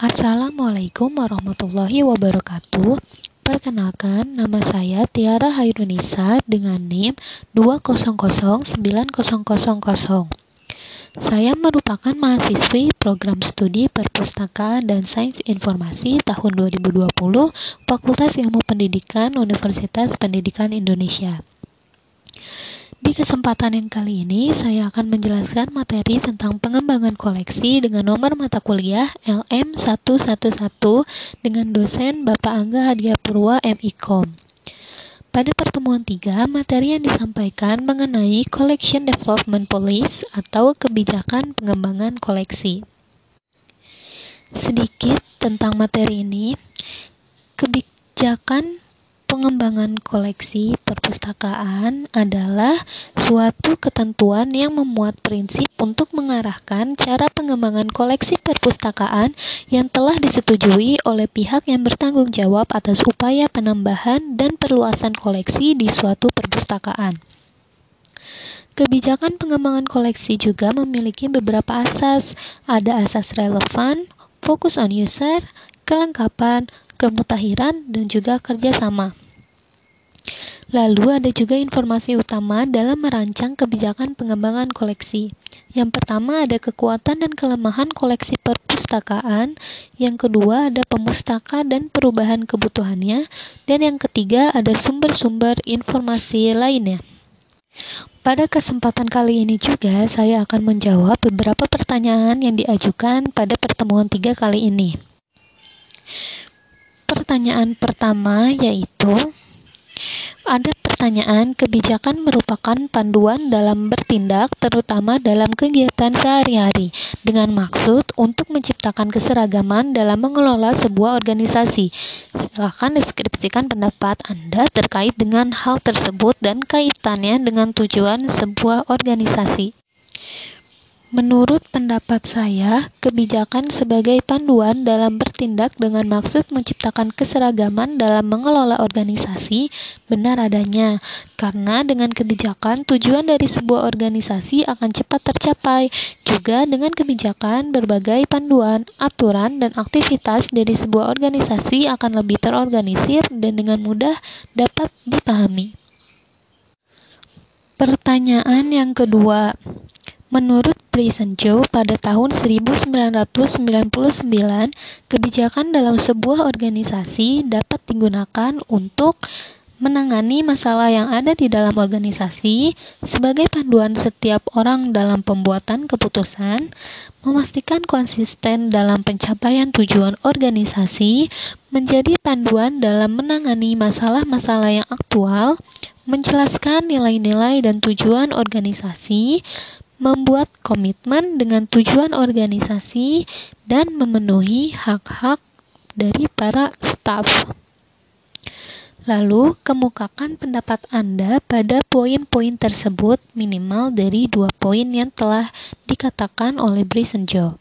Assalamualaikum warahmatullahi wabarakatuh. Perkenalkan, nama saya Tiara Hairunisa dengan NIM 2009000. Saya merupakan mahasiswi program studi Perpustakaan dan Sains Informasi tahun 2020, Fakultas Ilmu Pendidikan Universitas Pendidikan Indonesia. Di kesempatan yang kali ini, saya akan menjelaskan materi tentang pengembangan koleksi dengan nomor mata kuliah LM111 dengan dosen Bapak Angga Hadia Purwa MIKOM. Pada pertemuan 3, materi yang disampaikan mengenai Collection Development Policy atau kebijakan pengembangan koleksi. Sedikit tentang materi ini, kebijakan pengembangan koleksi perpustakaan adalah suatu ketentuan yang memuat prinsip untuk mengarahkan cara pengembangan koleksi perpustakaan yang telah disetujui oleh pihak yang bertanggung jawab atas upaya penambahan dan perluasan koleksi di suatu perpustakaan. Kebijakan pengembangan koleksi juga memiliki beberapa asas. Ada asas relevan, fokus on user, kelengkapan, kemutakhiran, dan juga kerjasama. Lalu ada juga informasi utama dalam merancang kebijakan pengembangan koleksi. Yang pertama ada kekuatan dan kelemahan koleksi perpustakaan, yang kedua ada pemustaka dan perubahan kebutuhannya, dan yang ketiga ada sumber-sumber informasi lainnya. Pada kesempatan kali ini juga saya akan menjawab beberapa pertanyaan yang diajukan pada pertemuan 3 kali ini. Pertanyaan pertama yaitu, ada pertanyaan, kebijakan merupakan panduan dalam bertindak, terutama dalam kegiatan sehari-hari, dengan maksud untuk menciptakan keseragaman dalam mengelola sebuah organisasi. Silakan deskripsikan pendapat Anda terkait dengan hal tersebut dan kaitannya dengan tujuan sebuah organisasi. Menurut pendapat saya, kebijakan sebagai panduan dalam bertindak dengan maksud menciptakan keseragaman dalam mengelola organisasi benar adanya, karena dengan kebijakan tujuan dari sebuah organisasi akan cepat tercapai. Juga dengan kebijakan berbagai panduan, aturan, dan aktivitas dari sebuah organisasi akan lebih terorganisir dan dengan mudah dapat dipahami. Pertanyaan yang kedua. Menurut Brzezinski pada tahun 1999, kebijakan dalam sebuah organisasi dapat digunakan untuk menangani masalah yang ada di dalam organisasi sebagai panduan setiap orang dalam pembuatan keputusan, memastikan konsisten dalam pencapaian tujuan organisasi, menjadi panduan dalam menangani masalah-masalah yang aktual, menjelaskan nilai-nilai dan tujuan organisasi, membuat komitmen dengan tujuan organisasi, dan memenuhi hak-hak dari para staf. Lalu, kemukakan pendapat Anda pada poin-poin tersebut minimal dari 2 poin yang telah dikatakan oleh Brzezinski.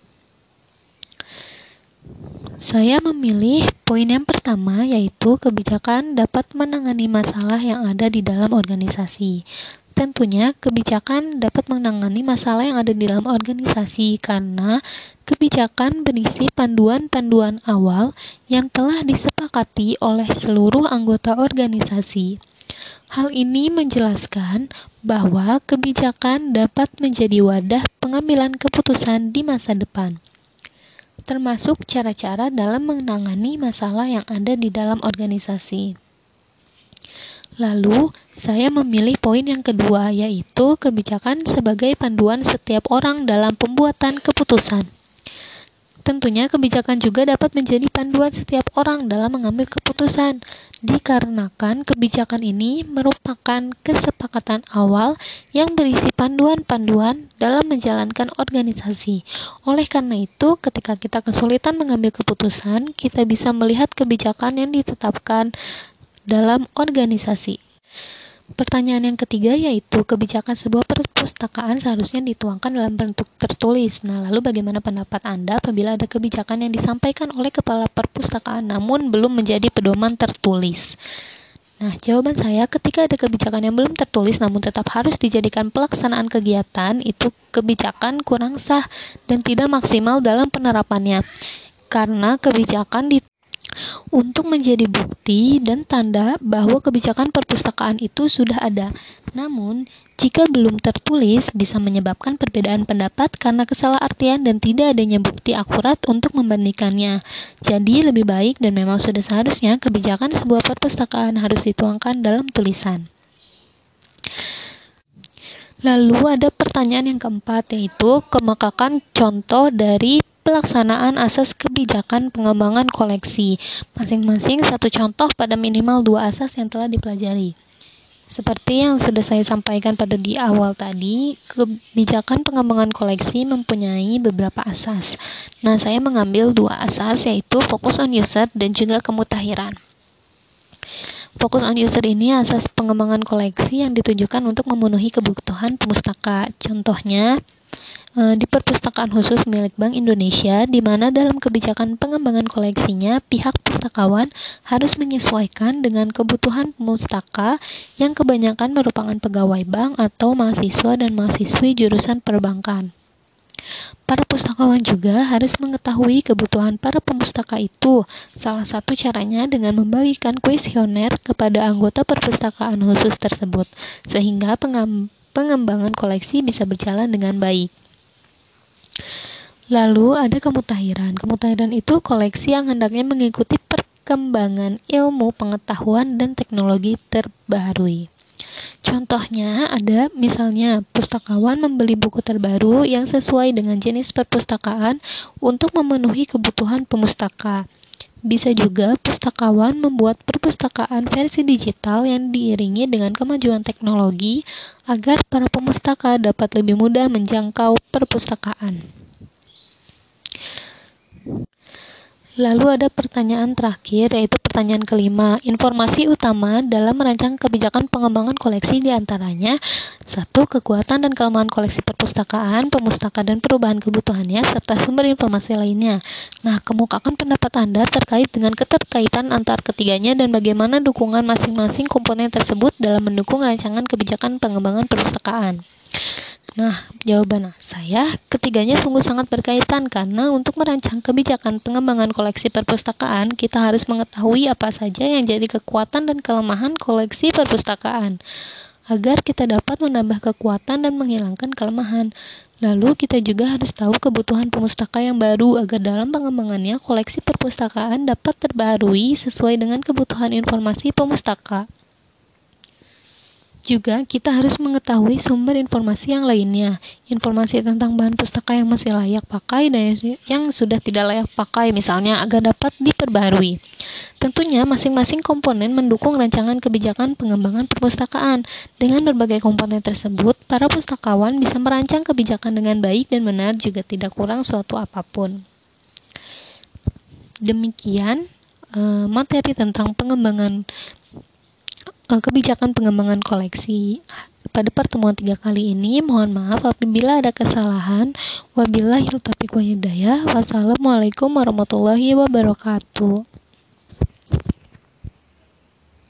Saya memilih poin yang pertama, yaitu kebijakan dapat menangani masalah yang ada di dalam organisasi. Tentunya, kebijakan dapat menangani masalah yang ada di dalam organisasi karena kebijakan berisi panduan-panduan awal yang telah disepakati oleh seluruh anggota organisasi. Hal ini menjelaskan bahwa kebijakan dapat menjadi wadah pengambilan keputusan di masa depan, termasuk cara-cara dalam menangani masalah yang ada di dalam organisasi. Lalu, saya memilih poin yang kedua, yaitu kebijakan sebagai panduan setiap orang dalam pembuatan keputusan. Tentunya, kebijakan juga dapat menjadi panduan setiap orang dalam mengambil keputusan, dikarenakan kebijakan ini merupakan kesepakatan awal yang berisi panduan-panduan dalam menjalankan organisasi. Oleh karena itu, ketika kita kesulitan mengambil keputusan, kita bisa melihat kebijakan yang ditetapkan dalam organisasi. Pertanyaan yang ketiga yaitu kebijakan sebuah perpustakaan seharusnya dituangkan dalam bentuk tertulis. Nah, lalu bagaimana pendapat Anda apabila ada kebijakan yang disampaikan oleh kepala perpustakaan namun belum menjadi pedoman tertulis? Nah, jawaban saya, ketika ada kebijakan yang belum tertulis namun tetap harus dijadikan pelaksanaan kegiatan, itu kebijakan kurang sah dan tidak maksimal dalam penerapannya. karena kebijakan untuk menjadi bukti dan tanda bahwa kebijakan perpustakaan itu sudah ada. Namun, jika belum tertulis, bisa menyebabkan perbedaan pendapat karena kesalahartian dan tidak adanya bukti akurat untuk membandingkannya. Jadi, lebih baik dan memang sudah seharusnya kebijakan sebuah perpustakaan harus dituangkan dalam tulisan. Lalu ada pertanyaan yang keempat, yaitu kemukakan contoh dari pelaksanaan asas kebijakan pengembangan koleksi. Masing-masing satu contoh pada minimal 2 asas yang telah dipelajari. Seperti yang sudah saya sampaikan pada di awal tadi, kebijakan pengembangan koleksi mempunyai beberapa asas. Nah, saya mengambil 2 asas, yaitu focus on user dan juga kemutahiran. Fokus on user ini asas pengembangan koleksi yang ditujukan untuk memenuhi kebutuhan pemustaka. Contohnya, di perpustakaan khusus milik Bank Indonesia, di mana dalam kebijakan pengembangan koleksinya, pihak pustakawan harus menyesuaikan dengan kebutuhan pemustaka yang kebanyakan merupakan pegawai bank atau mahasiswa dan mahasiswi jurusan perbankan. Para pustakawan juga harus mengetahui kebutuhan para pemustaka itu. Salah satu caranya dengan membagikan kuesioner kepada anggota perpustakaan khusus tersebut, sehingga pengembangan koleksi bisa berjalan dengan baik. Lalu ada kemutahiran. Kemutahiran itu koleksi yang hendaknya mengikuti perkembangan ilmu, pengetahuan, dan teknologi terbaharui. Contohnya ada misalnya pustakawan membeli buku terbaru yang sesuai dengan jenis perpustakaan untuk memenuhi kebutuhan pemustaka. Bisa juga pustakawan membuat perpustakaan versi digital yang diiringi dengan kemajuan teknologi agar para pemustaka dapat lebih mudah menjangkau perpustakaan. Lalu ada pertanyaan terakhir, yaitu pertanyaan kelima. Informasi utama dalam merancang kebijakan pengembangan koleksi diantaranya 1. Kekuatan dan kelemahan koleksi perpustakaan, pemustaka dan perubahan kebutuhannya, serta sumber informasi lainnya. Nah, kemukakan pendapat Anda terkait dengan keterkaitan antar ketiganya dan bagaimana dukungan masing-masing komponen tersebut dalam mendukung rancangan kebijakan pengembangan perpustakaan. Nah, jawaban saya, ketiganya sungguh sangat berkaitan karena untuk merancang kebijakan pengembangan koleksi perpustakaan, kita harus mengetahui apa saja yang jadi kekuatan dan kelemahan koleksi perpustakaan, agar kita dapat menambah kekuatan dan menghilangkan kelemahan. Lalu kita juga harus tahu kebutuhan pemustaka yang baru agar dalam pengembangannya koleksi perpustakaan dapat terbaharui sesuai dengan kebutuhan informasi pemustaka. Juga kita harus mengetahui sumber informasi yang lainnya, informasi tentang bahan pustaka yang masih layak pakai dan yang sudah tidak layak pakai misalnya agar dapat diperbaharui. Tentunya masing-masing komponen mendukung rancangan kebijakan pengembangan perpustakaan. Dengan berbagai komponen tersebut, para pustakawan bisa merancang kebijakan dengan baik dan benar juga tidak kurang suatu apapun. Demikian materi tentang kebijakan pengembangan koleksi pada pertemuan 3 kali ini. Mohon maaf apabila ada kesalahan. Wabillahi taufiq wal hidayah. Wassalamualaikum warahmatullahi wabarakatuh.